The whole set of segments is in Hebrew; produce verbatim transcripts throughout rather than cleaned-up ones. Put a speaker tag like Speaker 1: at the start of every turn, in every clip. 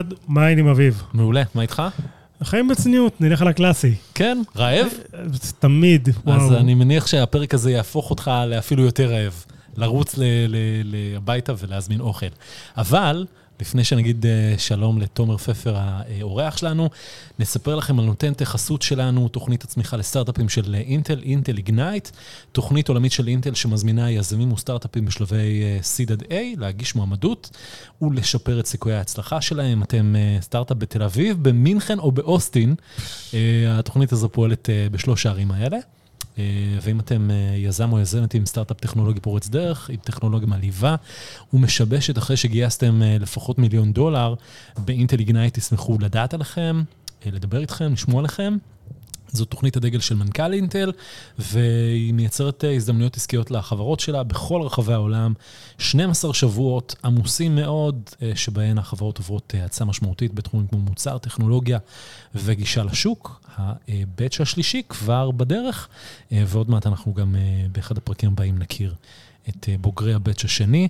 Speaker 1: מה העניינים אביב?
Speaker 2: מעולה, מה איתך?
Speaker 1: החיים בצניעות, נלך על הקלאסי.
Speaker 2: כן, רעב?
Speaker 1: תמיד, וואו.
Speaker 2: אז אני מניח שהפרק הזה יהפוך אותך לאפילו יותר רעב, לרוץ הביתה ולהזמין אוכל. אבל, לפני שנגיד שלום לתומר פפר, האורח שלנו, נספר לכם על נותנת החסות שלנו, תוכנית הצמיחה לסטארט-אפים של אינטל, אינטל איגנייט, תוכנית עולמית של אינטל שמזמינה יזמים וסטארט-אפים בשלבי סיד עד איי, להגיש מועמדות ולשפר את סיכויי ההצלחה שלהם. אתם סטארט-אפ בתל אביב, במינכן או באוסטין, התוכנית הזו פועלת בשלוש הערים האלה. ואם אתם יזם או יזמת עם סטארט-אפ טכנולוגי פורץ דרך, עם טכנולוגיה מעליבה ומשבשת אחרי שגייסתם לפחות מיליון דולר, באינטל איגנייט תשמחו לדעת עליכם, לדבר איתכם, לשמוע עליכם. זו תוכנית הדגל של מנכ"ל אינטל, והיא מייצרת הזדמנויות עסקיות לחברות שלה בכל רחבי העולם. שנים עשר שבועות עמוסים מאוד, שבהן החברות עוברות הצעה משמעותית בתחומים כמו מוצר, טכנולוגיה וגישה לשוק. הבאץ' השלישי כבר בדרך, ועוד מעט אנחנו גם באחד הפרקים הבאים נכיר את בוגרי הבאץ' השני.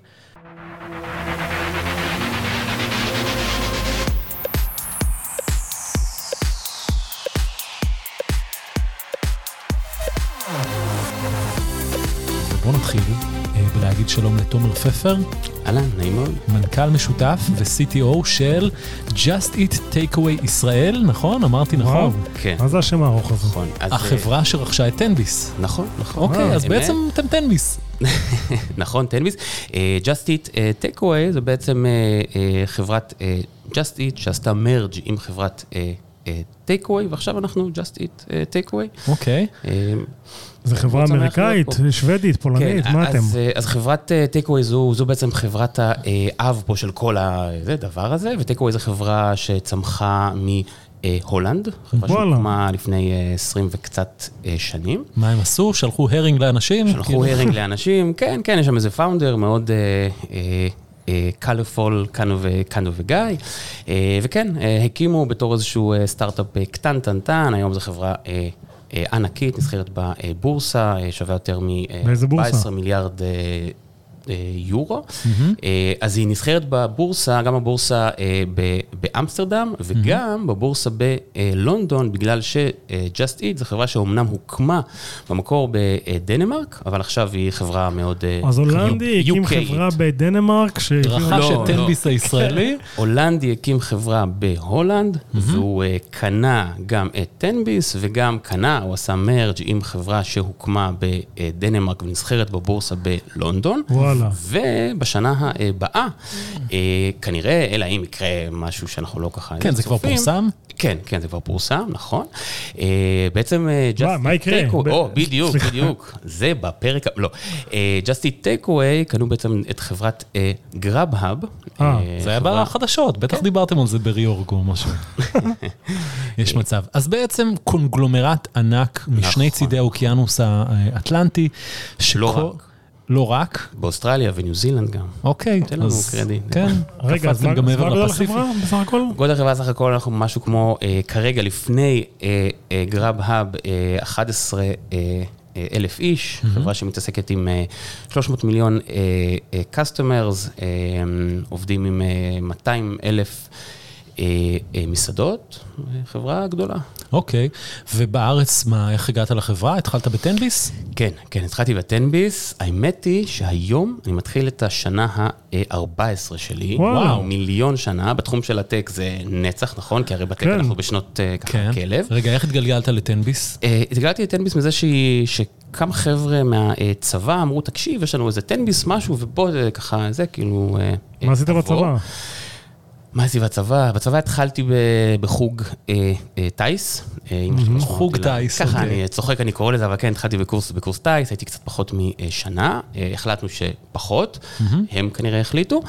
Speaker 2: בואו נתחיל בלהגיד שלום לתומר פפר.
Speaker 3: אהלן, נעים מאוד.
Speaker 2: מנכ"ל משותף ו-סי טי או של Just Eat Takeaway ישראל, נכון? אמרתי נכון?
Speaker 1: כן. מה זה השם הארוך הזה?
Speaker 3: נכון.
Speaker 2: החברה שרכשה את תנביס.
Speaker 3: נכון, נכון.
Speaker 2: אוקיי, אז בעצם אתם תנביס.
Speaker 3: נכון, תנביס. Just Eat Takeaway זה בעצם חברת Just Eat שעשתה מרג' עם חברת Takeaway, ועכשיו אנחנו Just Eat Takeaway.
Speaker 2: אוקיי.
Speaker 1: זה חברה אמריקאית, שוודית, פולנית, מה אתם?
Speaker 3: אז חברת Takeaway זו בעצם חברת האב פה של כל הדבר הזה, ו-Takeaway זו חברה שצמחה מהולנד, חברה שהוקמה לפני עשרים וקצת שנים.
Speaker 2: מה הם עשו? שלחו הרינג לאנשים?
Speaker 3: שלחו הרינג לאנשים, כן, כן, יש שם איזה פאונדר מאוד קלפול, קאנו וגיא, וכן, הקימו בתור איזשהו סטארט-אפ קטן, טנטן, היום זו חברה ענקית, נסחרת בבורסה, שווה יותר מ-ארבעה עשר מיליארד יורו. אז היא נסחרת בבורסה, גם בבורסה באמסטרדם, וגם בבורסה בלונדון, בגלל ש-Just Eat זו חברה שאומנם הוקמה במקור בדנמרק, אבל עכשיו היא חברה מאוד...
Speaker 1: אז הולנדי הקים חברה בדנמרק,
Speaker 2: רכש את תנביס הישראלי.
Speaker 3: הולנדי הקים חברה בהולנד, והוא קנה גם את תנביס, וגם קנה, הוא עשה מרג' עם חברה שהוקמה בדנמרק, ונסחרת בבורסה בלונדון. ובשנה הבאה, כנראה, אלא אם יקרה משהו שאנחנו לא ככה...
Speaker 2: כן, זה כבר פורסם?
Speaker 3: כן, כן, זה כבר פורסם, נכון. בעצם...
Speaker 1: מה יקרה?
Speaker 3: או, בדיוק, בדיוק. זה בפרק... לא. Just Eat Takeaway קנו בעצם את חברת GrabHub.
Speaker 2: זה היה בחדשות, בטח דיברתם על זה בריאורג או משהו. יש מצב. אז בעצם קונגלומרט ענק משני צידי האוקיינוס האטלנטי,
Speaker 3: שלא רק.
Speaker 2: לא רק.
Speaker 3: באוסטרליה וניו זילנד גם.
Speaker 2: אוקיי.
Speaker 3: תן לנו קרדיט.
Speaker 2: כן.
Speaker 1: רגע, אז מה גודל החברה בסך הכל?
Speaker 3: גודל החברה בסך הכל אנחנו משהו כמו, כרגע לפני GrabHub, אחד עשר אלף איש, חברה שמתעסקת עם שלוש מאות מיליון customers, עובדים עם מאתיים אלף מסעדות, חברה גדולה.
Speaker 2: אוקיי, ובארץ מה, איך הגעת לחברה? התחלת בתנביס?
Speaker 3: כן, כן, התחלתי בתנביס. האמת היא שהיום אני מתחיל את השנה ה-ארבע עשרה שלי.
Speaker 2: וואו.
Speaker 3: מיליון שנה, בתחום של הטק זה נצח, נכון? כי הרי בטק אנחנו בשנות ככה כלב.
Speaker 2: רגע, איך התגלגלת לתנביס?
Speaker 3: התגלגלתי לתנביס מזה שכמה חבר'ה מהצבא אמרו, תקשיב, יש לנו איזה תנביס משהו, ובוא זה ככה, זה כאילו...
Speaker 1: מה עשית בצבא?
Speaker 3: מה עשיתי בצבא? בצבא התחלתי בחוג טייס.
Speaker 2: חוג טייס.
Speaker 3: ככה אני צוחק, אני קורא לזה, אבל כן, התחלתי בקורס טייס, הייתי קצת פחות משנה, החלטנו שפחות, הם כנראה החליטו,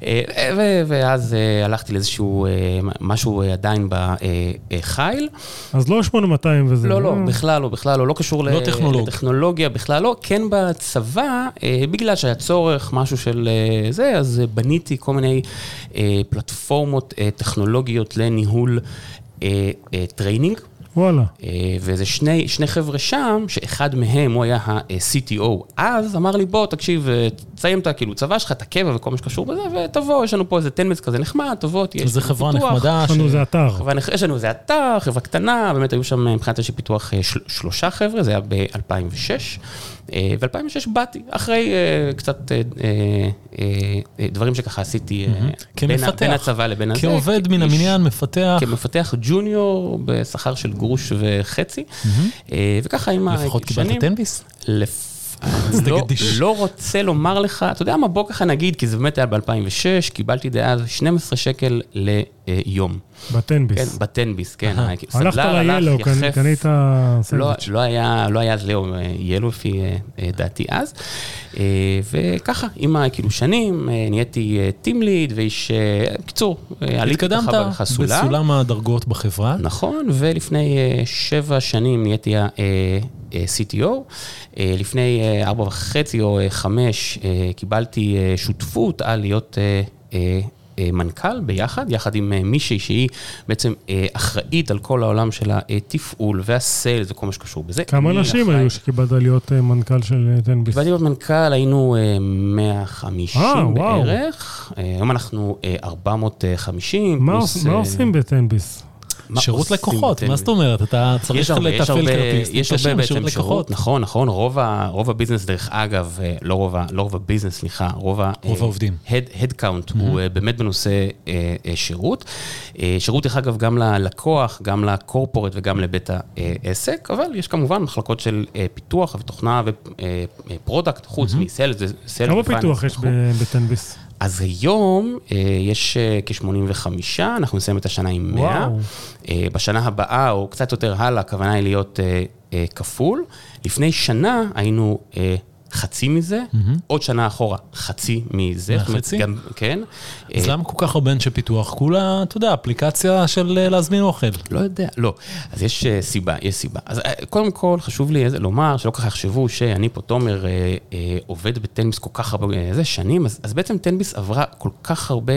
Speaker 3: ואז הלכתי לאיזשהו משהו עדיין בחיל.
Speaker 1: אז לא שמונה מאתיים וזה.
Speaker 3: לא, לא, בכלל לא, בכלל לא, לא קשור לטכנולוגיה, בכלל לא, כן בצבא, בגלל שהיה צורך, משהו של זה, אז בניתי כל מיני פלטפורמות טכנולוגיות לניהול טריינינג.
Speaker 1: וואלה.
Speaker 3: וזה שני, שני חבר'ה שם, שאחד מהם הוא היה ה-סי טי או, אז אמר לי, בוא, תקשיב, תסיים את כאילו, צבא שלך, את הקבע וכל מה שקשור בזה, ותבוא, יש לנו פה איזה תנביס כזה נחמד, תבוא, תהיה...
Speaker 2: זה חברה נחמדה.
Speaker 1: יש לנו איזה אתר.
Speaker 3: יש לנו איזה אתר, חברה קטנה, באמת היו שם מבחינת איזושהי פיתוח שלושה חבר'ה, זה היה ב-אלפיים ושש, ב-אלפיים ושש באתי, אחרי קצת דברים שככה עשיתי בין הצבא לבין הזה.
Speaker 2: כעובד מן המניין, מפתח.
Speaker 3: כמפתח ג'וניור בשכר של גרוש וחצי, וככה עם השנים...
Speaker 2: לפחות קיבלת תנביס?
Speaker 3: לא רוצה לומר לך, אתה יודע מה, בוא ככה נגיד, כי זה באמת היה ב-אלפיים ושש, קיבלתי דאז שנים עשר שקל ליום.
Speaker 1: בטנביס.
Speaker 3: כן, בטנביס, כן.
Speaker 1: הלכת ליאלו, קנית סנדוויץ'.
Speaker 3: לא היה אז ליאו, יאלו לפי דעתי אז. וככה, עם כאילו שנים, נהייתי טים ליד, ואיש, קיצור, עליתי ככה בסולם.
Speaker 2: בסולם הדרגות בחברה.
Speaker 3: נכון, ולפני שבע שנים נהייתי ה-סי טי או. לפני ארבע וחצי או חמש קיבלתי שותפות על להיות מנכ"ל ביחד, יחד עם מישהי שהיא בעצם אחראית על כל העולם של התפעול והסיילס וכל מה שקשור בזה.
Speaker 1: כמה אנשים היו שקיבלת להיות מנכ"ל של תנביס?
Speaker 3: קיבלתי להיות מנכ"ל, היינו מאה וחמישים בערך, היום אנחנו ארבע מאות וחמישים.
Speaker 1: מה עושים בתנביס?
Speaker 2: שירות לקוחות, מה זאת אומרת? אתה צריך לתפעל כרטיס.
Speaker 3: יש הרבה בעצם שירות, נכון, נכון, רוב הביזנס דרך אגב, לא רוב הביזנס, סליחה, רוב
Speaker 2: העובדים.
Speaker 3: הדקאונט הוא באמת בנושא שירות. שירות דרך אגב גם ללקוח, גם לקורפורט וגם לבית העסק, אבל יש כמובן מחלקות של פיתוח ותוכנה ופרודקט, חוץ מסלס.
Speaker 1: כמה פיתוח יש בתנביס?
Speaker 3: אז היום יש כ-שמונים וחמישה, אנחנו נסיים את השנה עם מאה. בשנה הבאה, או קצת יותר הלאה, הכוונה היא להיות כפול. לפני שנה היינו חצי מזה, עוד שנה אחורה חצי מזה.
Speaker 2: חצי?
Speaker 3: כן.
Speaker 2: אז למה כל כך הרבה אנשי פיתוח? כולה, אתה יודע, אפליקציה של להזמין אוכל.
Speaker 3: לא יודע, לא. אז יש סיבה, יש סיבה. אז קודם כל חשוב לי לומר, שלא ככה יחשבו שאני פה תומר עובד בתנביס כל כך הרבה שנים, אז בעצם תנביס עברה כל כך הרבה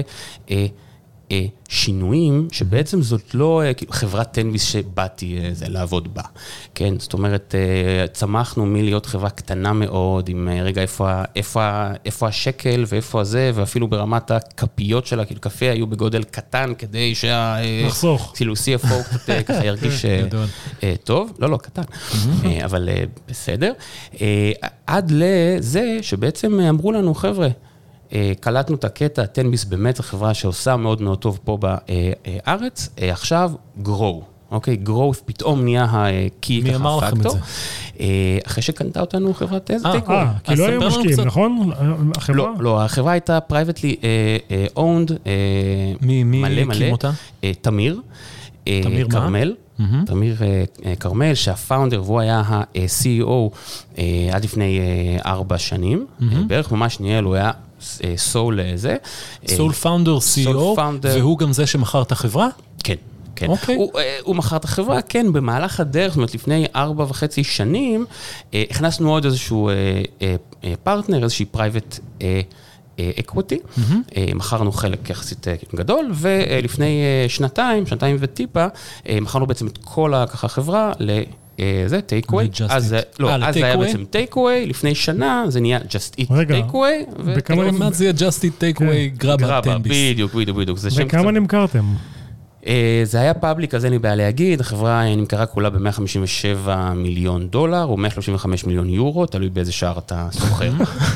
Speaker 3: שינויים, שבעצם זאת לא חברת תנביס שבאתי לעבוד בה. כן, זאת אומרת, צמחנו מלהיות חברה קטנה מאוד, עם רגע איפה השקל ואיפה הזה, ואפילו ברמת הכפיות שלה, כאילו קפה היו בגודל קטן, כדי שה...
Speaker 1: לחסוך.
Speaker 3: כאילו סי אף או קצת ככה ירגיש טוב. לא, לא, קטן. אבל בסדר. עד לזה שבעצם אמרו לנו, חבר'ה, קלטנו את הקטע, תנביס באמת החברה שעושה מאוד מאוד טוב פה בארץ, עכשיו grow, אוקיי, growth פתאום נהיה ה-key
Speaker 2: מי אמר לכם את זה?
Speaker 3: אחרי שקנתה אותנו חברת טייק ווי.
Speaker 1: אה, כי לא היו משקיעים, נכון?
Speaker 3: לא, לא, החברה הייתה privately owned,
Speaker 2: מי הקים אותה?
Speaker 3: תמיר, קרמל, תמיר קרמל, שהפאונדר, והוא היה ה-סי אי או עד לפני ארבע שנים, בערך ממש ניהל, הוא היה סול זה.
Speaker 2: סול פאונדר, סי אי או, והוא גם זה שמכר את החברה?
Speaker 3: כן. כן. הוא, הוא מכר את החברה, כן, במהלך הדרך, זאת אומרת, לפני ארבע וחצי שנים, הכנסנו עוד איזשהו פרטנר, איזושהי פרייבט אקוויטי, מכרנו חלק יחסית גדול, ולפני שנתיים, שנתיים וטיפה, מכרנו בעצם את כל ככה חברה לזה, טייק ווי. אז לא, אז זה היה בעצם טייק ווי, לפני שנה זה נהיה Just Eat טייק ווי.
Speaker 2: וכמה מעט זה יהיה Just Eat טייק ווי, גרבה תנביס.
Speaker 3: בדיוק, בדיוק, בדיוק.
Speaker 1: וכמה נמכרתם?
Speaker 3: זה היה פאבליק, אז אין לי בעיה להגיד, החברה נמכרה כולה ב-מאה חמישים ושבעה מיליון דולר, או מאה שלושים וחמישה מיליון יורו, תלוי באיזה שער אתה סוחר.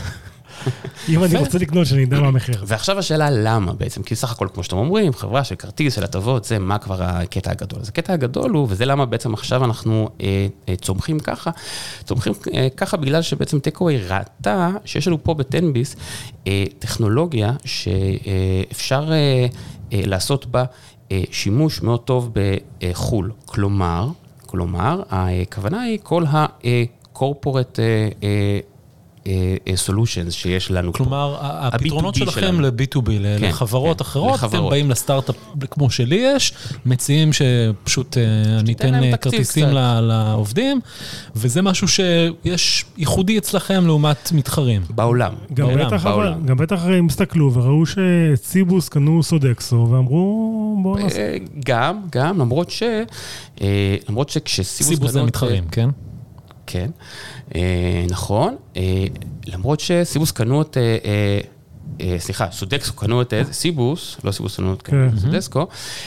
Speaker 1: אם אני רוצה לקנות, שאני אדע מה המחיר.
Speaker 3: ועכשיו השאלה למה בעצם, כי סך הכל, כמו שאתם אומרים, חברה של כרטיס, של הטבות, זה מה כבר הקטע הגדול. אז הקטע הגדול הוא, וזה למה בעצם עכשיו אנחנו צומחים ככה, צומחים ככה בגלל שבעצם טייק ווי ראתה, שיש לנו פה בתנביס, טכנולוגיה שאפשר לעשות בה שימוש מאוד טוב בחול. כלומר, כלומר, הכוונה היא כל הקורפורט solutions שיש לנו.
Speaker 2: כלומר, הפתרונות שלכם ל-בי טו בי, לחברות אחרות, אתם באים לסטארט-אפ כמו שלי יש, מציעים שפשוט ניתן כרטיסים לעובדים, וזה משהו שיש ייחודי אצלכם לעומת מתחרים.
Speaker 3: בעולם.
Speaker 1: גם בטח הם הסתכלו וראו שציבוס קנו סודקסו, ואמרו בואו נעשה.
Speaker 3: גם, גם, למרות ש... למרות שכשציבוס...
Speaker 2: ציבוס זה מתחרים, כן?
Speaker 3: כן, נכון, למרות שסיבוס קנו את, סליחה, סודקסו קנו את סיבוס, לא סיבוס קנו את סודקסו,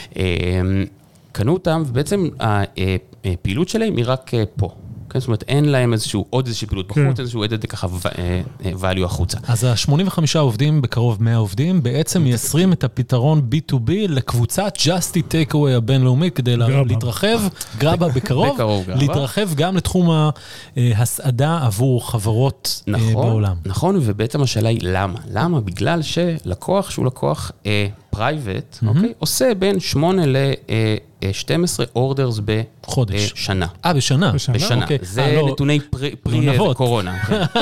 Speaker 3: קנו אותם, ובעצם הפעילות שלהם היא רק פה. זאת אומרת, אין להם איזשהו, עוד איזושהי פעילות בחוץ, איזשהו עדד ככה value החוצה.
Speaker 2: אז ה-שמונים וחמישה עובדים, בקרוב מאה עובדים, בעצם מייצרים את הפתרון בי טו בי לקבוצת Just Eat Takeaway הבינלאומית, כדי להתרחב, גרבה בקרוב, להתרחב גם לתחום ההסעדה עבור חברות בעולם.
Speaker 3: נכון, ובעצם השאלה היא למה? למה? בגלל שלקוח שהוא לקוח פרייבט, אוקיי? עושה בין שמונה ל-שתים עשרה אורדרס בחודש. בשנה.
Speaker 2: אה, בשנה?
Speaker 3: בשנה. זה נתוני פרי קורונה.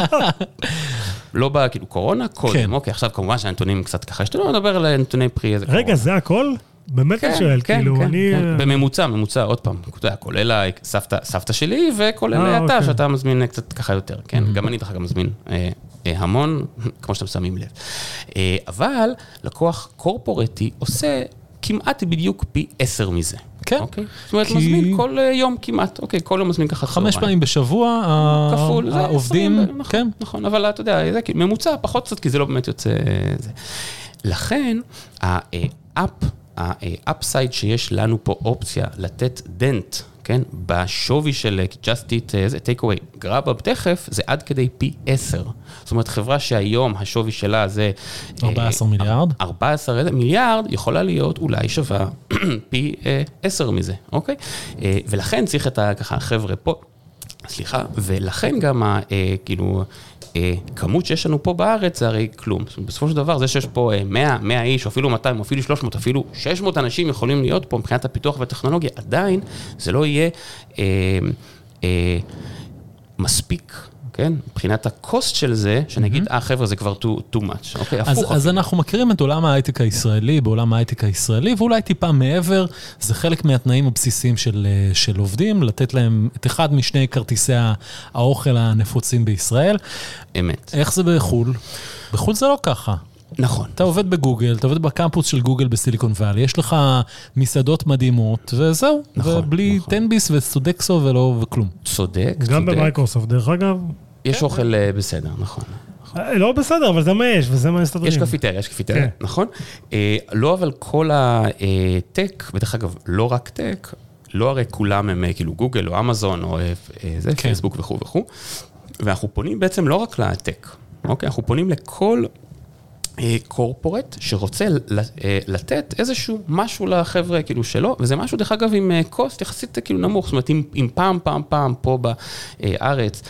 Speaker 3: לא בא, כאילו, קורונה, קודם. אוקיי, עכשיו כמובן שהנתונים קצת ככה, שאתה לא מדבר על נתוני פרי איזה קורונה.
Speaker 1: רגע, זה הכל? באמת אני שואל, כאילו, אני...
Speaker 3: בממוצע, ממוצע, עוד פעם, כולל סבתא שלי, וכולל אתה, שאתה מזמין קצת ככה יותר, כן? גם אני דרך אגב מזמין המון, כמו שאתם שמים לב. אבל לקוח קורפורטי עושה כמעט בדיוק פי עשר מזה.
Speaker 2: כן.
Speaker 3: זאת אומרת, מזמין כל יום כמעט, אוקיי, כל יום מזמין ככה
Speaker 2: חמש פעמים בשבוע, העובדים, כן.
Speaker 3: נכון, אבל אתה יודע, זה ממוצע פחות קצת, כי זה לא באמת יוצא זה. לכן, האפ, האפסייד שיש לנו פה אופציה לתת דנט, כן, בשווי של Just Eat, זה Takeaway, גרבה בתכף, זה עד כדי פי עשר. זאת אומרת, חברה שהיום השווי שלה זה...
Speaker 2: ארבעה עשר מיליארד?
Speaker 3: ארבעה עשר מיליארד יכולה להיות אולי שווה פי עשר מזה, אוקיי? ולכן צריך את ככה החבר'ה פה, סליחה, ולכן גם כאילו... כמות שיש לנו פה בארץ זה הרי כלום. בסופו של דבר, זה שיש פה מאה, מאה איש, או אפילו מאתיים, או אפילו שלוש מאות, אפילו שש מאות אנשים יכולים להיות פה מבחינת הפיתוח והטכנולוגיה, עדיין זה לא יהיה אה, אה, מספיק, כן? מבחינת הקוסט של זה, שנגיד, אה, חבר'ה, זה כבר too, too much. אוקיי, הפוך.
Speaker 2: אז אנחנו מכירים את עולם ההייטק הישראלי, בעולם ההייטק הישראלי, ואולי טיפה מעבר, זה חלק מהתנאים הבסיסיים של, של עובדים, לתת להם את אחד משני כרטיסי האוכל הנפוצים בישראל.
Speaker 3: אמת.
Speaker 2: איך זה בחול? בחול זה לא ככה.
Speaker 3: נכון.
Speaker 2: אתה עובד בגוגל, אתה עובד בקמפוס של גוגל בסיליקון ואלי, יש לך מסעדות מדהימות, וזהו. נכון, ובלי נכון. טנביס וסודקסו ולא וכלום.
Speaker 3: צודק,
Speaker 1: צודק. גם במייקרוסופט, דרך אגב.
Speaker 3: יש אוכל בסדר, נכון.
Speaker 1: לא בסדר, אבל זה מה יש, וזה מה מסתדרים.
Speaker 3: יש קפיטריה, יש קפיטריה, נכון? לא אבל כל הטק, בדרך אגב, לא רק טק, לא הרי כולם הם כאילו גוגל או אמזון או זה, פייסבוק וכו' וכו', ואנחנו פונים בעצם לא רק לטק, אוקיי? אנחנו פונים לכל קורפורט שרוצה לתת איזשהו משהו לחבר'ה כאילו שלו, וזה משהו דרך אגב עם קוסט יחסית כאילו נמוך, זאת אומרת אם פעם פעם פעם פה בארץ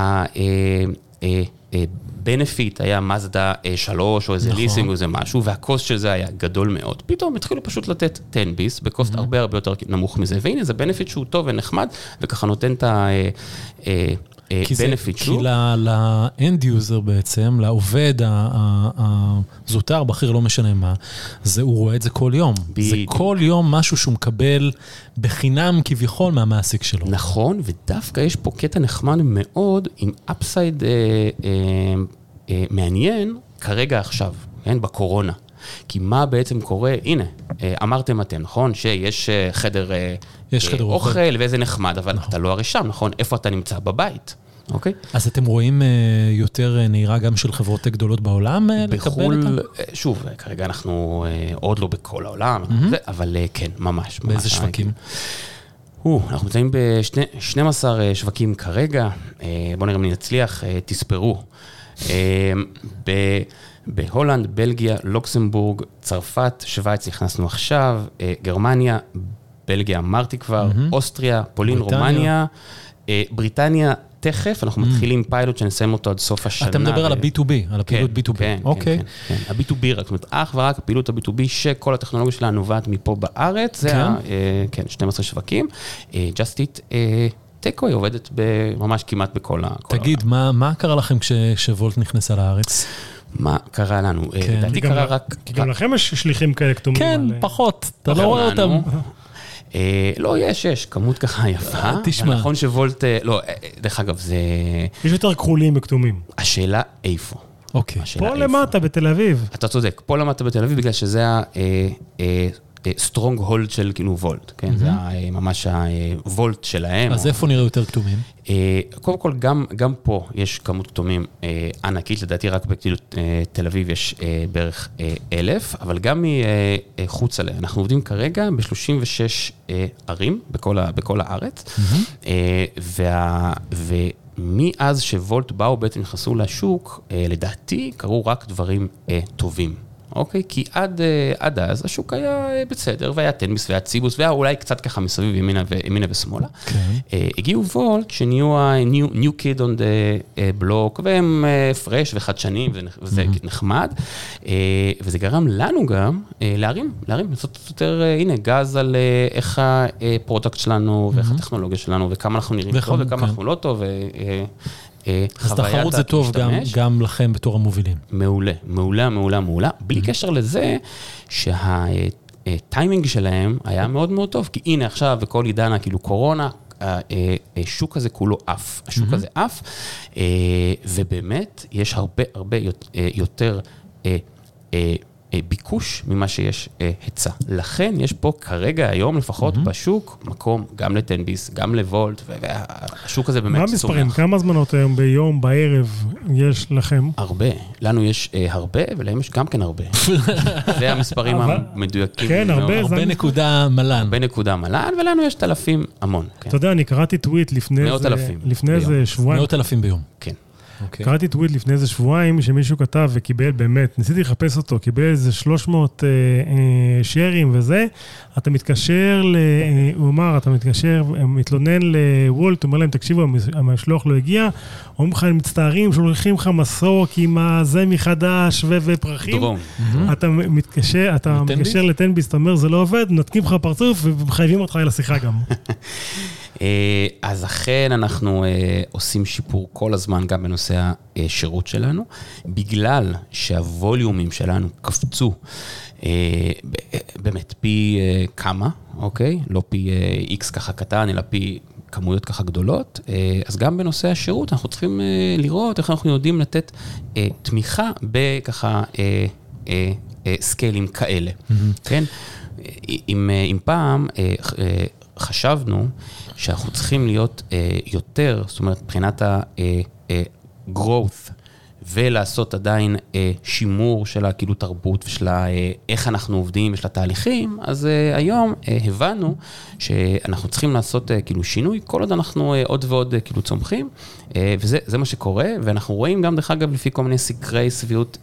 Speaker 3: הבנפיט היה מזדה שלוש או איזה ליסינג או איזה משהו, והקוסט של זה היה גדול מאוד, פתאום התחילו פשוט לתת עשר ביס בקוסט הרבה הרבה יותר נמוך מזה, והנה זה בנפיט שהוא טוב ונחמד, וככה נותן את ה...
Speaker 2: כי לאנד יוזר בעצם, לעובד הזוטר, בכיר, לא משנה מה, הוא רואה את זה כל יום. זה כל יום משהו שהוא מקבל בחינם כביכול מהמעסיק שלו.
Speaker 3: נכון, ודווקא יש פה קטע נחמד מאוד, עם אפסייד מעניין, כרגע עכשיו, בקורונה. כי מה בעצם קורה, הנה, אמרתם אתם, נכון? שיש חדר אוכל ואיזה נחמד, אבל אתה לא הרי שם, נכון? איפה אתה נמצא? בבית. אוקיי?
Speaker 2: אז אתם רואים יותר נהירה גם של חברות גדולות בעולם לקבל אותם?
Speaker 3: שוב, כרגע אנחנו עוד לא בכל העולם, אבל כן, ממש.
Speaker 2: באיזה שווקים?
Speaker 3: אנחנו נמצאים ב-שנים עשר שווקים כרגע, בואו נראה אם נצליח, תספרו. בהולנד, בלגיה, לוקסמבורג, צרפת, שוויץ נכנסנו עכשיו, גרמניה, בלגיה אמרתי כבר, אוסטריה, פולין, רומניה, בריטניה, תכף, אנחנו מתחילים פיילוט שנסיים אותו עד סוף השנה.
Speaker 2: אתה מדבר על ה-בי טו בי, על הפעילות בי טו בי.
Speaker 3: כן, כן, כן. ה-בי טו בי רק, זאת אומרת, אך ורק הפעילות ה-בי טו בי, שכל הטכנולוגיה שלה נובעת מפה בארץ, זה ה-שנים עשר שווקים. Just Eat טקו היא עובדת ממש כמעט בכל העולם.
Speaker 2: תגיד, מה קרה לכם כשוולט נכנסה לארץ?
Speaker 3: מה קרה לנו? לדעתי קרה רק...
Speaker 1: כי גם לכם יש שליחים כאלה כתומים.
Speaker 2: כן, פחות, אתה לא רואה אותם.
Speaker 3: לא, יש, יש, כמות ככה יפה.
Speaker 2: תשמע.
Speaker 3: נכון שוולט, לא, דרך אגב, זה...
Speaker 1: יש יותר כחולים וכתומים.
Speaker 3: השאלה איפה.
Speaker 2: אוקיי.
Speaker 1: פה למטה בתל אביב.
Speaker 3: אתה צודק, פה למטה בתל אביב, בגלל שזה ה... סטרונג הולד של כאילו וולט, כן? זה ממש הוולט שלהם.
Speaker 2: אז איפה נראה יותר כתומים?
Speaker 3: קודם כל, גם פה יש כמות כתומים ענקית, לדעתי רק בתל אביב יש בערך אלף, אבל גם מחוץ עליה. אנחנו עובדים כרגע ב-שלושים ושש ערים בכל הארץ, ומאז שוולט באו בעצם נכנסו לשוק, לדעתי קרו רק דברים טובים. אוקיי? כי עד, עד אז השוק היה בסדר, והיה טנביס והיה ציבוס, והיה אולי קצת ככה מסביב ימינה, ימינה ושמאלה. Okay. הגיעו וולט, שנהיו ה-new, new kid on the block, והם פרש וחדשנים, וזה mm-hmm. נחמד. וזה גרם לנו גם להרים, להרים, לעשות יותר, הנה, גז על איך הפרודקט שלנו, ואיך mm-hmm. הטכנולוגיה שלנו, וכמה אנחנו נראים טוב, וכמה okay. אנחנו לא טוב, ו...
Speaker 2: אז תחרות זה טוב גם, גם לכם בתור המובילים.
Speaker 3: מעולה, מעולה, מעולה, מעולה. בלי קשר לזה שהטיימינג שלהם היה מאוד מאוד טוב, כי הנה עכשיו בכל עידן, כאילו קורונה, השוק הזה כולו אף. השוק הזה אף, ובאמת יש הרבה הרבה יותר ביקוש ממה שיש היצע. לכן יש פה כרגע היום לפחות בשוק מקום גם לטנביס, גם לוולט, והשוק הזה באמת
Speaker 1: צומח. מה המספרים? כמה זמנות היום ביום, בערב יש לכם?
Speaker 3: הרבה. לנו יש הרבה, ולהם יש גם כן הרבה. זה המספרים המדויקים.
Speaker 1: כן, הרבה.
Speaker 2: הרבה נקודה מלן.
Speaker 3: הרבה נקודה מלן, ולנו יש אלפים המון.
Speaker 1: אתה יודע, אני קראתי טוויט לפני איזה שבועיים.
Speaker 2: מאות אלפים ביום.
Speaker 3: כן.
Speaker 1: Okay. קראתי טוויט לפני איזה שבועיים שמישהו כתב וקיבל באמת, ניסיתי לחפש אותו, קיבל איזה שלוש מאות אה, אה, שיירים וזה, אתה מתקשר, ל, אה, הוא אמר, אתה מתקשר, מתלונן לוולט, הוא אומר להם, תקשיבו, המשלוח לא הגיע, אומרים לך, הם מצטערים, שולחים לך מסוק עם הזה מחדש ו- ופרחים,
Speaker 3: דרום.
Speaker 1: אתה מתקשר, אתה מתקשר לטנביס, אתה אומר, זה לא עובד, נתקים לך פרצוף ומחייבים אותך אל השיחה גם.
Speaker 3: אז אכן אנחנו עושים שיפור כל הזמן גם בנושא השירות שלנו, בגלל שהווליומים שלנו קפצו באמת פי כמה, אוקיי? לא פי איקס ככה קטן, אלא פי כמויות ככה גדולות, אז גם בנושא השירות אנחנו צריכים לראות איך אנחנו יודעים לתת תמיכה בככה סקיילים כאלה, כן? אם פעם חשבנו שאנחנו צריכים להיות יותר, זאת אומרת, מבחינת ה-growth, ולעשות עדיין שימור של כאילו תרבות ושל איך אנחנו עובדים ושל התהליכים, אז היום הבנו שאנחנו צריכים לעשות כאילו שינוי, כל עוד אנחנו עוד ועוד כאילו צומחים, וזה מה שקורה, ואנחנו רואים גם דרך אגב לפי כל מיני סקרי סביעות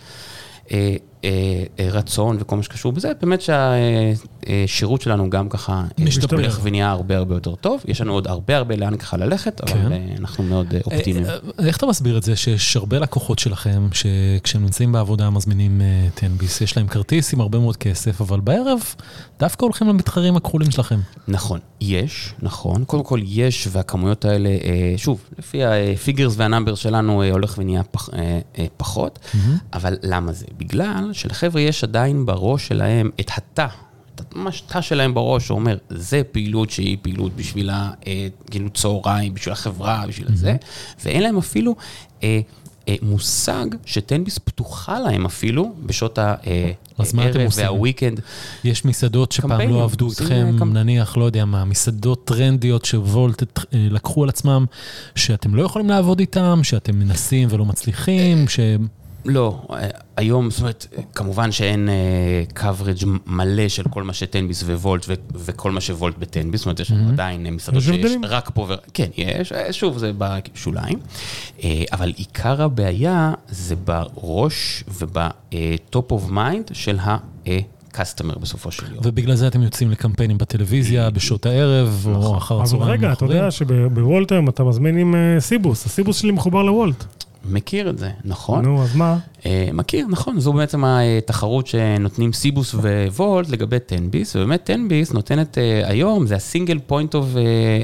Speaker 3: רצון וכל מה שקשור בזה, באמת שהשירות שלנו גם ככה משתפלך ונהיה הרבה הרבה יותר טוב, יש לנו עוד הרבה הרבה לאן ככה ללכת, אבל אנחנו מאוד אופטימיים.
Speaker 2: איך אתה מסביר את זה שיש הרבה לקוחות שלכם, שכשהם נמצאים בעבודה מזמינים טנביס, יש להם כרטיס עם הרבה מאוד כסף, אבל בערב דווקא הולכים למתחרים הכחולים שלכם.
Speaker 3: נכון, יש, נכון, קודם כל יש, והכמויות האלה, שוב, לפי הפיגרס והנאמברס שלנו הולך ונהיה פחות, אבל למה זה? בגלל שלחבר'ה יש עדיין בראש שלהם את התא, את ממש תא שלהם בראש, שאומר, זה פעילות שהיא פעילות בשביל הגילו צהריים, בשביל החברה, בשביל זה, ואין להם אפילו מושג שטנביס פתוחה להם אפילו בשעות הערב והוויקנד.
Speaker 2: יש מסעדות שפעם לא עבדו איתכם, נניח, לא יודע מה, מסעדות טרנדיות שוולט לקחו על עצמם, שאתם לא יכולים לעבוד איתם, שאתם מנסים ולא מצליחים, ש...
Speaker 3: לא, היום, זאת אומרת, כמובן שאין coverage מלא של כל מה שטנביס ווולט וכל מה שוולט בטנביס, זאת אומרת, יש לנו עדיין מסעדות שיש רק פה, כן, יש, שוב, זה בשוליים, אבל עיקר הבעיה זה בראש ובטופ אוף מיינד של ה-customer בסופו של יום.
Speaker 2: ובגלל זה אתם יוצאים לקמפיינים בטלוויזיה, בשעות הערב, או אחר הצהריים.
Speaker 1: אבל רגע, אתה יודע שבוולט היום אתה מזמין עם סיבוס, הסיבוס שלי מחובר לוולט.
Speaker 3: מכיר את זה, נכון?
Speaker 1: נו, אז מה?
Speaker 3: מכיר, נכון, זו בעצם התחרות שנותנים סיבוס ווולט לגבי טנביס, ובאמת טנביס נותנת היום, זה הסינגל פוינט אוף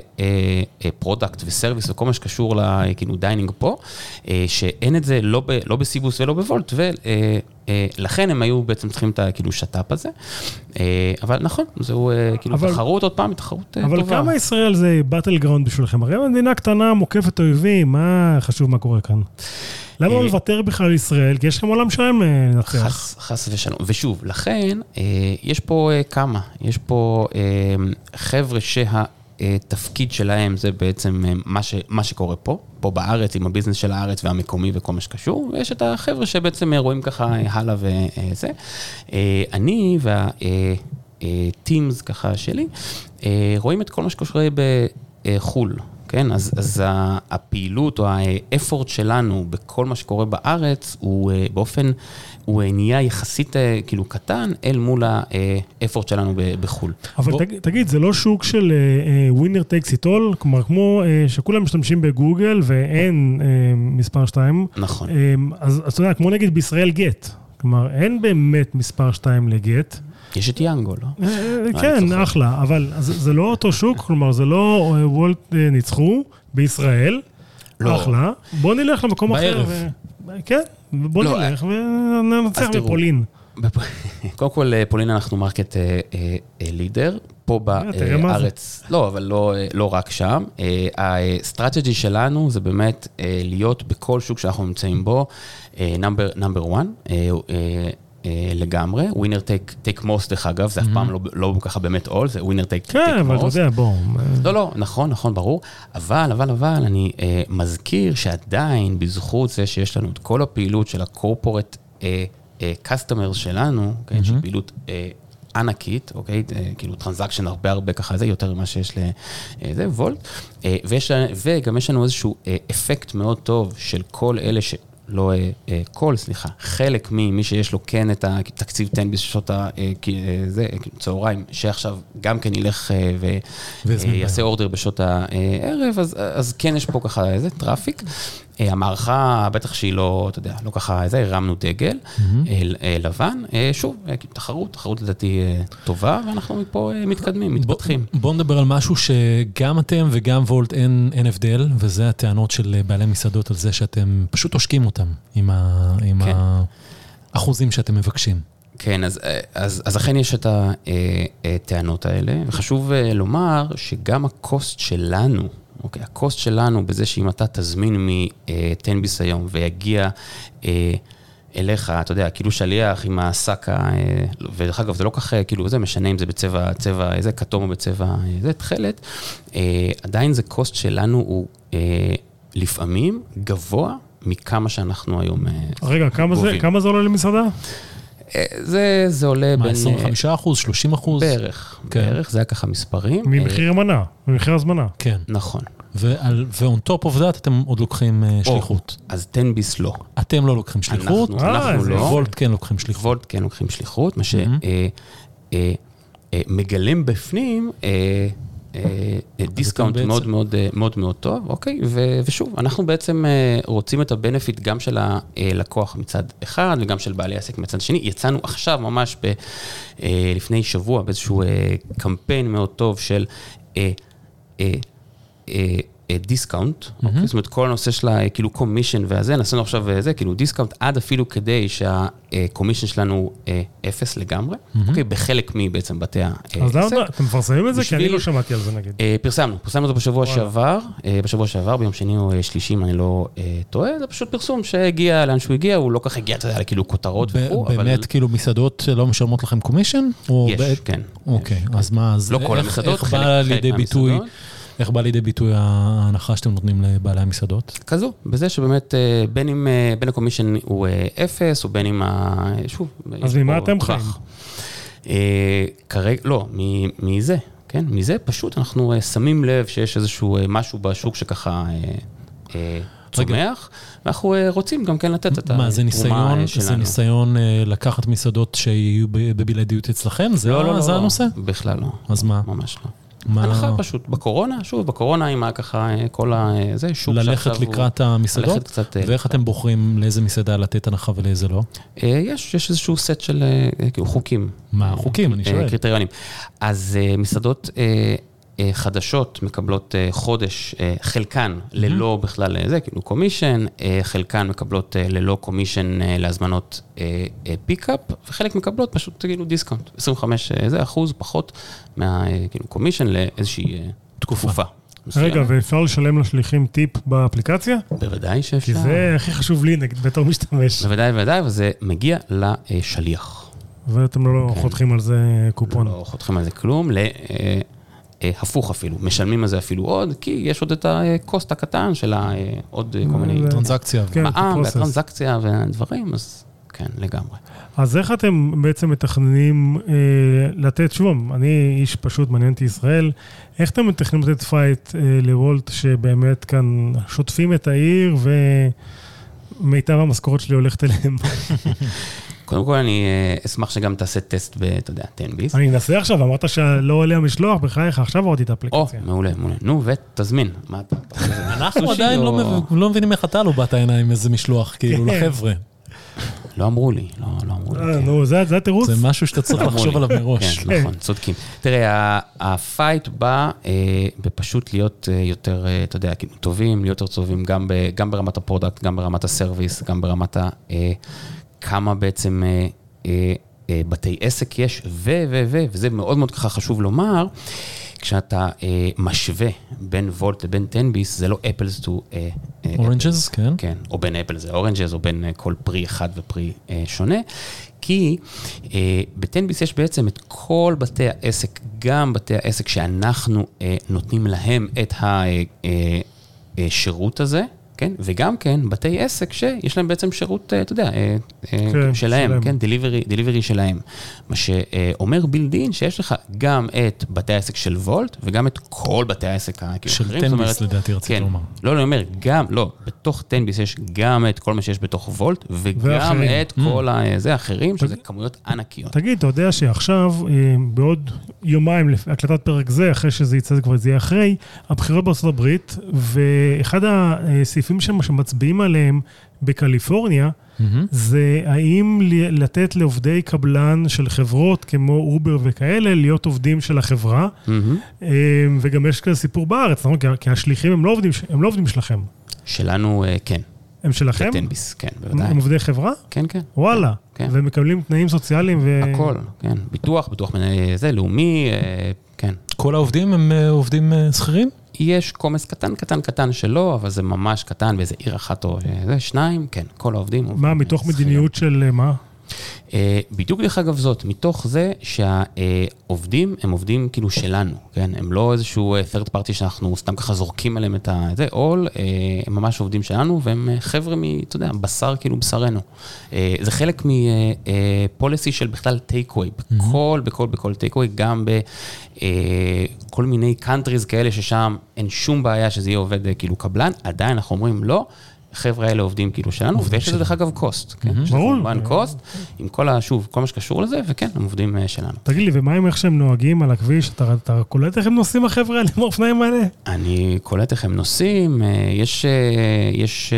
Speaker 3: פרודקט וסרוויס וכל מה שקשור לכאילו דיינינג פה, שאין את זה לא בסיבוס ולא בוולט, ולכן הם היו בעצם צריכים את הכאילו שטאפ הזה, אבל נכון, זהו כאילו תחרות עוד פעם, תחרות טובה.
Speaker 1: אבל כמה ישראל זה באטל גראונד בשבילכם? הרי מדינה קטנה מוקפת אויבים, מה חשוב מה קורה כאן? למה לא לוותר בכלל על ישראל? כי יש לכם עולם שלהם לנצח.
Speaker 3: חס, חס ושלום. ושוב, לכן, יש פה כמה. יש פה חבר'ה שהתפקיד שלהם זה בעצם מה, ש, מה שקורה פה, פה בארץ, עם הביזנס של הארץ והמקומי וכל מה שקשור, ויש את החבר'ה שבעצם רואים ככה הלאה וזה. אני והטימס ככה שלי, רואים את כל מה שקורה בחול. כן, אז, אז הפעילות או האפורט שלנו בכל מה שקורה בארץ, הוא באופן, הוא נהיה יחסית כאילו קטן, אל מול האפורט שלנו בחול.
Speaker 1: אבל בוא... תגיד, זה לא שוק של winner takes it all? כלומר, כמו שכולם משתמשים בגוגל ואין מספר שתיים.
Speaker 3: נכון.
Speaker 1: אז אתה יודע, כמו נגיד בישראל גט. כלומר, אין באמת מספר שתיים לגט.
Speaker 3: יש את יאנגו, לא?
Speaker 1: כן, אחלה, אבל זה לא אותו שוק, כלומר, זה לא וולט ניצחו בישראל, אחלה, בוא נלך למקום אחר. כן, בוא נלך וננצח בפולין.
Speaker 3: קודם כל, פולין אנחנו מרקט לידר, פה בארץ, לא, אבל לא רק שם. הסטרטג'י שלנו זה באמת להיות בכל שוק שאנחנו נמצאים בו, נאמבר וואן, לגמרי, ווינר טייק מוסט, דרך אגב, זה אף פעם לא ככה באמת all, זה ווינר טייק מוסט.
Speaker 1: כן, אבל אתה יודע, בוא.
Speaker 3: לא, לא, נכון, נכון, ברור, אבל, אבל, אבל, אני מזכיר שעדיין, בזכות זה שיש לנו את כל הפעילות של הקורפורט קסטומרס שלנו, שהיא פעילות ענקית, אוקיי, כאילו טרנזקשן הרבה הרבה ככה, זה יותר ממה שיש לזה, וולט, וגם יש לנו איזשהו אפקט מאוד טוב של כל אלה ש... לא כל, סליחה, חלק ממי שיש לו כן את התקציב תן בשעות הצהריים, שעכשיו גם כן ילך ויעשה אורדר בשעות הערב, אז כן יש פה ככה איזה טראפיק. המערכה, בטח שהיא לא, אתה יודע, לא ככה איזה, הרמנו דגל לבן. שוב, תחרות, תחרות לדעתי טובה, ואנחנו מפה מתקדמים, מתפתחים.
Speaker 2: בואו נדבר על משהו שגם אתם וגם וולט אין הבדל, וזה הטענות של בעלי מסעדות על זה שאתם פשוט עושקים אותם עם האחוזים שאתם מבקשים.
Speaker 3: כן, אז, אז, אז אכן יש את הטענות האלה, וחשוב לומר שגם הקוסט שלנו, אוקיי, הקוסט שלנו בזה שאם אתה תזמין מטנביס היום ויגיע אליך, אתה יודע, כאילו שליח עם הסקה, ודרך אגב, זה לא כך, כאילו זה משנה אם זה בצבע, צבע, איזה כתום או בצבע, זה תחלת, עדיין זה קוסט שלנו הוא לפעמים גבוה מכמה שאנחנו היום
Speaker 1: רגע, כמה זה, כמה זה עולה למסעדה?
Speaker 3: זה, זה עולה בין...
Speaker 2: עשרים וחמישה אחוז, שלושים אחוז?
Speaker 3: בערך, בערך, זה היה ככה מספרים.
Speaker 1: ממחיר המנה, ממחיר הזמנה.
Speaker 2: כן.
Speaker 3: נכון.
Speaker 2: ו-on top of that אתם עוד לוקחים שליחות.
Speaker 3: אז טנביס לא.
Speaker 2: אתם לא לוקחים שליחות?
Speaker 3: אנחנו לא.
Speaker 2: וולט כן לוקחים שליחות.
Speaker 3: וולט כן לוקחים שליחות, מה שמגלם בפנים... דיסקאונט מאוד מאוד מאוד מאוד טוב, אוקיי? ושוב, אנחנו בעצם רוצים את הבנפיט גם של הלקוח מצד אחד, וגם של בעלי עסק מצד שני. יצאנו עכשיו ממש לפני שבוע באיזשהו קמפיין מאוד טוב של דיסקאונט, זאת אומרת, כל הנושא שלה, כאילו קומישן והזה, נעשינו עכשיו זה, כאילו דיסקאונט, עד אפילו כדי שהקומישן שלנו אפס לגמרי, אוקיי, בחלק מבעצם בתי העסק.
Speaker 1: אז למה אתם מפרסמים את זה? כי אני לא שמעתי על זה נגיד.
Speaker 3: פרסמנו, פרסמנו אותו בשבוע שעבר, בשבוע שעבר, ביום שני או שלישי, אני לא טועה, זה פשוט פרסום שהגיע לאן שהוא הגיע, הוא לא כך הגיע, אתה יודע, כאילו כותרות וכו', אבל...
Speaker 2: באמת, כאילו, מסעדות לא משלמות לכם קומישן?
Speaker 3: יש, כן.
Speaker 2: אוקיי, אז מה,
Speaker 3: לא כל המסעדות, חלק מהמסעדות.
Speaker 2: איך בא לידי ביטוי ההנחה שאתם נותנים לבעלי המסעדות?
Speaker 3: כזו, בזה שבאמת בין אם, בין הקומישן הוא אפס, או בין אם, שוב,
Speaker 1: אז ממה אתם חיים?
Speaker 3: כרגע, לא, מזה, כן, מזה פשוט אנחנו שמים לב שיש איזשהו משהו בשוק שככה צומח, ואנחנו רוצים גם כן לתת את התרומה שלנו.
Speaker 2: מה, זה ניסיון לקחת מסעדות שיהיו בבלעדיות אצלכם? זה הנושא?
Speaker 3: בכלל לא.
Speaker 2: אז מה?
Speaker 3: ממש לא. הנחה פשוט, בקורונה, שוב, בקורונה עם ככה כל הזה, שוק
Speaker 2: ללכת לקראת המסעדות, ואיך אתם בוחרים לאיזה מסעדה לתת הנחה ולאיזה לא?
Speaker 3: יש, יש איזשהו סט של חוקים.
Speaker 2: מה, חוקים, אני שואל.
Speaker 3: קריטריונים. אז מסעדות חדשות מקבלות חודש, חלקן ללא בכלל זה, כאילו קומישן, חלקן מקבלות ללא קומישן להזמנות פיקאפ, וחלק מקבלות פשוט כאילו דיסקאונט, עשרים וחמישה אחוז פחות מהקומישן לאיזושהי תקופה.
Speaker 1: רגע, ואפשר לשלם לשליחים טיפ באפליקציה?
Speaker 3: בוודאי שאפשר.
Speaker 1: כי זה הכי חשוב לי, נגיד, בתור משתמש.
Speaker 3: בוודאי, בוודאי, וזה מגיע לשליח.
Speaker 1: ואתם לא חותכים על זה קופון.
Speaker 3: לא חותכים על זה כלום, ל... הפוך אפילו, משלמים על זה אפילו עוד, כי יש עוד את הקוסט הקטן של עוד כל מיני...
Speaker 2: טרנזקציה.
Speaker 3: מע"מ והטרנזקציה והדברים, אז כן, לגמרי.
Speaker 1: אז איך אתם בעצם מתכננים לתת, שוב, אני איש פשוט מעניין את ישראל, איך אתם מתכננים לתת פייט לוולט שבאמת כאן שוטפים את העיר ומיטב המשכורת שלי הולכת אליהם?
Speaker 3: קודם כל, אני אשמח שגם תעשה טסט אתה יודע, תן-ביס.
Speaker 1: אני אנסה עכשיו, אמרת שלא עולה המשלוח, בחייך, עכשיו הורדתי את האפליקציה.
Speaker 3: או, מעולה, מעולה. נו, ותזמין. מה אתה?
Speaker 2: אנחנו עדיין לא מבינים איך אתה לא באת הנה עם איזה משלוח, כאילו, לחבר'ה.
Speaker 3: לא אמרו לי, לא אמרו לי.
Speaker 1: נו, זה התירוץ.
Speaker 2: זה משהו שאתה צריך לחשוב עליו מראש.
Speaker 3: כן, נכון, צודקים. תראה, הפייט בא בפשוט להיות יותר, אתה יודע, טובים, להיות יותר טובים, גם ברמת הפרודקט, גם ברמת הסרוויס, גם ברמת ה... כמה בעצם אה, אה, אה, בתי עסק יש, ו, ו, ו, וזה מאוד מאוד ככה חשוב לומר, כשאתה אה, משווה בין וולט לבין תן-ביס, זה לא אפלס טו
Speaker 2: אורנג'ז, כן.
Speaker 3: כן, או בין אפלס זה אורנג'ז, או בין אה, כל פרי אחד ופרי אה, שונה, כי אה, בתן-ביס יש בעצם את כל בתי העסק, גם בתי העסק שאנחנו אה, נותנים להם את השירות הזה, כן? וגם כן, בתי עסק שיש להם בעצם שירות, אתה יודע, כן, שלהם, שלהם. כן? דליברי, דליברי שלהם. מה שאומר בילדין שיש לך גם את בתי העסק של וולט, וגם את כל בתי העסק
Speaker 2: של תן-ביס, לדעתי רציתי
Speaker 3: כן,
Speaker 2: לומר.
Speaker 3: לא, אני אומר, גם, לא, בתוך תן-ביס יש גם את כל מה שיש בתוך וולט, וגם ואחרים. את כל הזה האחרים, שזה כמויות ענקיות.
Speaker 1: תגיד, אתה יודע שעכשיו, בעוד יומיים, הקלטת פרק זה, אחרי שזה יצא, זה כבר יהיה אחרי, הבחירות בארצות הברית, ואחד הסעיפים שמצביעים עליהם בקליפורניה, mm-hmm. זה האם לתת לעובדי קבלן של חברות כמו אובר וכאלה, להיות עובדים של החברה, mm-hmm. וגם יש כזה סיפור בארץ, נכון? כי השליחים הם לא עובדים, הם לא עובדים שלכם.
Speaker 3: שלנו, כן.
Speaker 1: הם שלכם?
Speaker 3: בתן-ביס, כן, בוודאי.
Speaker 1: הם עובדי חברה?
Speaker 3: כן, כן.
Speaker 1: וואלה. כן. והם מקבלים תנאים סוציאליים ו...
Speaker 3: הכל, כן. ביטוח, ביטוח מנהל, זה, לאומי, כן.
Speaker 2: כל העובדים הם עובדים שכירים?
Speaker 3: יש קומץ קטן, קטן, קטן שלו, אבל זה ממש קטן, באיזה עיר אחת או זה, שניים, כן, כל העובדים.
Speaker 1: מה, מתוך מדיניות של מה?
Speaker 3: בדיוק דרך אגב זאת, מתוך זה שהעובדים הם עובדים כאילו שלנו, כן? הם לא איזשהו third party שאנחנו סתם ככה זורקים עליהם את זה, all, הם ממש עובדים שלנו, והם חבר'ה מ, אתה יודע, בשר כאילו בשרנו. זה חלק מפוליסי של בכלל take-away, בכל, בכל, בכל take-away, גם בכל מיני countries כאלה ששם אין שום בעיה שזה יהיה עובד כאילו קבלן, עדיין אנחנו אומרים לא, החבר'ה האלה עובדים כאילו שלנו, ויש לזה דרך אגב קוסט, כן?
Speaker 1: ברור.
Speaker 3: שזה קוסט, עם כל השוב, כל מה שקשור לזה, וכן, הם עובדים שלנו.
Speaker 1: תגיד לי, ומה עם איך שהם נוהגים על הכביש? אתה קולט איך הם נוסעים החבר'ה האלה עם האופניים האלה?
Speaker 3: אני קולט איך הם נוסעים, יש, יש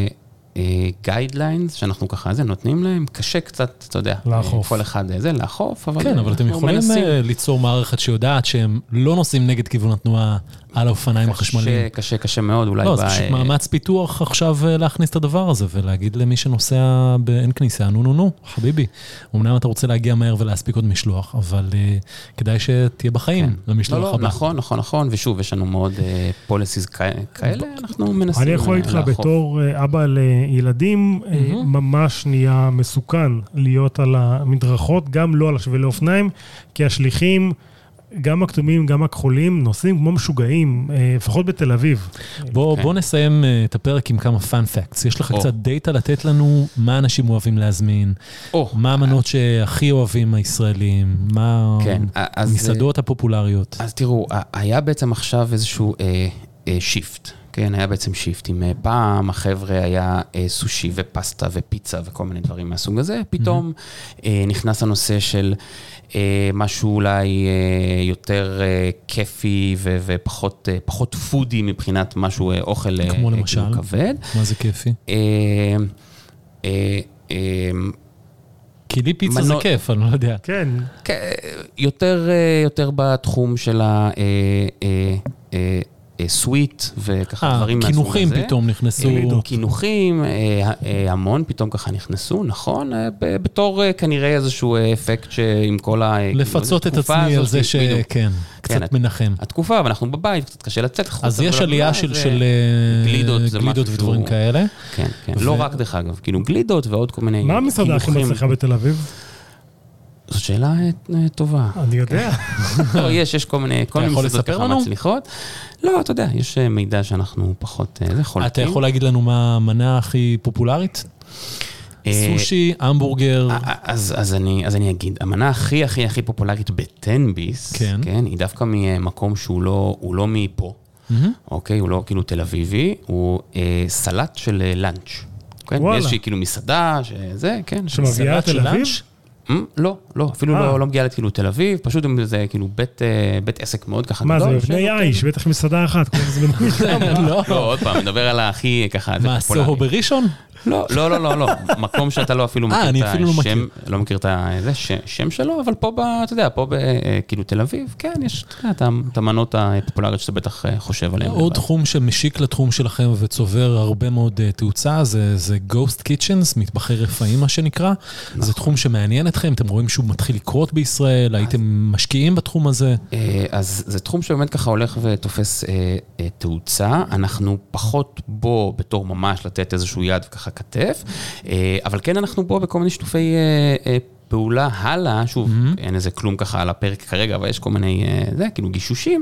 Speaker 3: גיידליינס שאנחנו ככה זה נותנים להם, קשה קצת, אתה יודע,
Speaker 1: לאכוף.
Speaker 3: כל אחד זה, לאכוף, אבל...
Speaker 2: כן, אבל אתם יכולים ליצור מערכת שיודעת שהם לא נוסעים נגד כיוון התנועה על האופניים החשמליים.
Speaker 3: קשה, קשה מאוד, אולי...
Speaker 2: לא, זה פשוט מאמץ פיתוח עכשיו להכניס את הדבר הזה, ולהגיד למי שנוסע באין כניסה, נו, נו, נו, חביבי. אמנם אתה רוצה להגיע מהר ולהספיק עוד משלוח, אבל כדאי שתהיה בחיים למשלוח הבא.
Speaker 3: נכון, נכון, נכון, ושוב, יש לנו מאוד פוליסיז כאלה, אנחנו מנסים...
Speaker 1: אני יכול איתך בתור אבא לילדים, ממש נהיה מסוכן להיות על המדרכות, גם לא על השבילי אופניים, כי השליחים... גם הכתומים, גם הכחולים, נוסעים כמו משוגעים, לפחות בתל אביב.
Speaker 2: בוא, בוא נסיים את הפרק עם כמה פאנ פקטס. יש לך קצת דאטה לתת לנו, מה אנשים אוהבים להזמין, מה המנות שהכי אוהבים הישראלים, מה המסעדות הפופולריות.
Speaker 3: אז תראו, היה בעצם עכשיו איזשהו שיפט, כן, היה בעצם שיפטים. פעם החבר'ה היה סושי ופסטה ופיצה וכל מיני דברים מהסוג הזה, פתאום נכנס הנושא של משהו אולי יותר כיפי ופחות פחות פודי מבחינת משהו אוכל
Speaker 2: כמו למשל,
Speaker 3: כבד.
Speaker 2: מה זה כיפי? כי לי פיצה זה כיף, אני לא יודע.
Speaker 1: כן.
Speaker 3: יותר בתחום של ה... סוויט וככה דברים מהסוג הזה.
Speaker 2: כינוכים פתאום נכנסו.
Speaker 3: כינוכים, המון פתאום ככה נכנסו, נכון? בתור כנראה איזשהו אפקט שעם כל ה...
Speaker 2: לפצות את עצמי על זה שכן, קצת מנחם.
Speaker 3: התקופה, ואנחנו בבית, קצת קשה לצאת.
Speaker 2: אז יש עלייה של גלידות ודברים כאלה.
Speaker 3: כן, כן. לא רק דרך אגב, כאילו גלידות ועוד כל מיני...
Speaker 1: מה המסעדה הכי מצליחה בתל אביב?
Speaker 3: זאת שאלה טובה.
Speaker 1: אני יודע.
Speaker 3: לא, יש, יש כל מיני, כל מיני מסעדות ככה מצליחות. לא, אתה יודע, יש מידע שאנחנו פחות, זה חולקים.
Speaker 2: אתה יכול להגיד לנו מה המנה הכי פופולרית? סושי, המבורגר.
Speaker 3: אז, אז אני, אז אני אגיד, המנה הכי, הכי, הכי פופולרית בטנביס, כן, כן, היא דווקא ממקום שהוא לא, הוא לא מפה, אוקיי, הוא לא כאילו תל אביבי, הוא סלט של לאנץ'. כן, איזושהי כאילו מסעדה, שזה, כן.
Speaker 1: שמביאה תל אביב?
Speaker 3: לא, לא, אפילו לא מגיעה כאילו תל אביב, פשוט זה כאילו בית עסק מאוד ככה גדול.
Speaker 1: מה, זה מבני איש, בטח מסעדה אחת.
Speaker 3: לא, עוד פעם, מדבר על הכי ככה...
Speaker 2: מה, סוהו בראשון?
Speaker 3: לא, לא, לא, לא, מקום שאתה לא אפילו מכיר את השם, לא מכיר את השם שלו, אבל פה, אתה יודע, פה כאילו תל אביב, כן, יש את המנות הפופולריות שאתה בטח חושב עליהן.
Speaker 2: עוד תחום שמשיק לתחום שלכם וצובר הרבה מאוד תאוצה, זה Ghost Kitchens, מטבחי רפאים מה שנקרא. זה תחום שמעניין אתכם, אתם רואים שהוא מתחיל לקרות בישראל, הייתם משקיעים בתחום הזה?
Speaker 3: אז זה תחום שבאמת ככה הולך ותופס תאוצה, אנחנו פחות בו בתור ממש לתת איזשהו יד וככה כתף, אבל כן אנחנו בו בכל מיני שיתופי פעולה הלאה, שוב, אין איזה כלום ככה על הפרק כרגע, אבל יש כל מיני, זה, כאילו גישושים,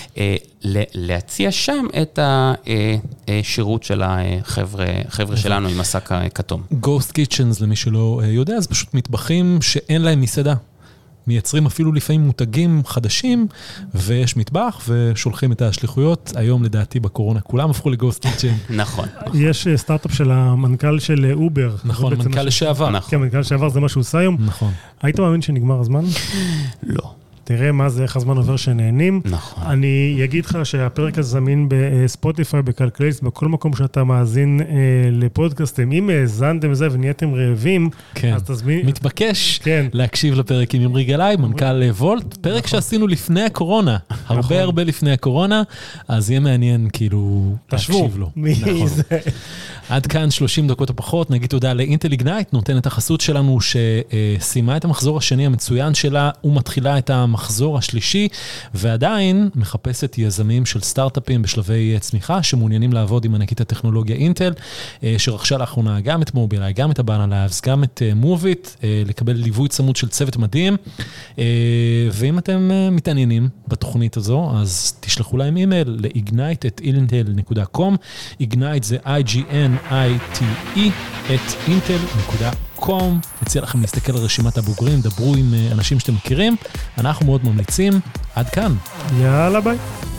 Speaker 3: להציע שם את השירות של החבר'ה שלנו עם מסק כתום.
Speaker 2: Ghost Kitchens, למי שלא יודע, זה פשוט מטבחים שאין להם מסעדה. מייצרים אפילו לפעמים מותגים חדשים, ויש מטבח, ושולחים את השליחויות. היום לדעתי בקורונה כולם הפכו לגוסט קיצ'ן.
Speaker 3: נכון.
Speaker 1: יש סטארט-אפ של המנכ"ל של אובר.
Speaker 2: נכון, מנכ"ל לשעבר.
Speaker 1: כן, מנכ"ל לשעבר זה מה שהוא עושה היום.
Speaker 2: נכון.
Speaker 1: היית מאמין שנגמר הזמן?
Speaker 3: לא.
Speaker 1: תראה מה זה, איך הזמן עובר שנהנים.
Speaker 3: נכון.
Speaker 1: אני אגיד לך שהפרק הזה זמין בספוטיפיי, בקלקליסט, בכל מקום שאתה מאזין אה, לפודקאסטים. אם האזנתם לזה ונהייתם רעבים,
Speaker 2: כן.
Speaker 1: אז תזמין...
Speaker 2: מתבקש כן. להקשיב לפרק עם אמרי גלאי, מנכ"ל וולט, פרק נכון. שעשינו לפני הקורונה, הרבה נכון. הרבה לפני הקורונה, אז יהיה מעניין כאילו להקשיב לו.
Speaker 1: מי
Speaker 2: נכון.
Speaker 1: זה?
Speaker 2: עד כאן שלושים דקות הפחות, נגיד תודה לאינטל איגנייט, נותנת החסות שלנו שסיימה את המחזור השני המצוין שלה, ומתחילה את המחזור השלישי, ועדיין מחפשת יזמים של סטארט-אפים בשלבי צמיחה, שמעוניינים לעבוד עם ענקית הטכנולוגיה אינטל, שרכשה לאחרונה גם את מובילאיי, גם את הבאנה לאבס, גם את מוביט, לקבל ליווי צמוד של צוות מדהים, ואם אתם מתעניינים בתוכנית הזו, אז תשלחו להם אימייל ל-ignite at intel נקודה com, ignite זה I-G-N-I-T-E at intel נקודה com, מציע לכם להסתכל על רשימת הבוגרים, דברו עם אנשים שאתם מכירים, אנחנו מאוד ממליצים, עד כאן.
Speaker 1: יאללה ביי.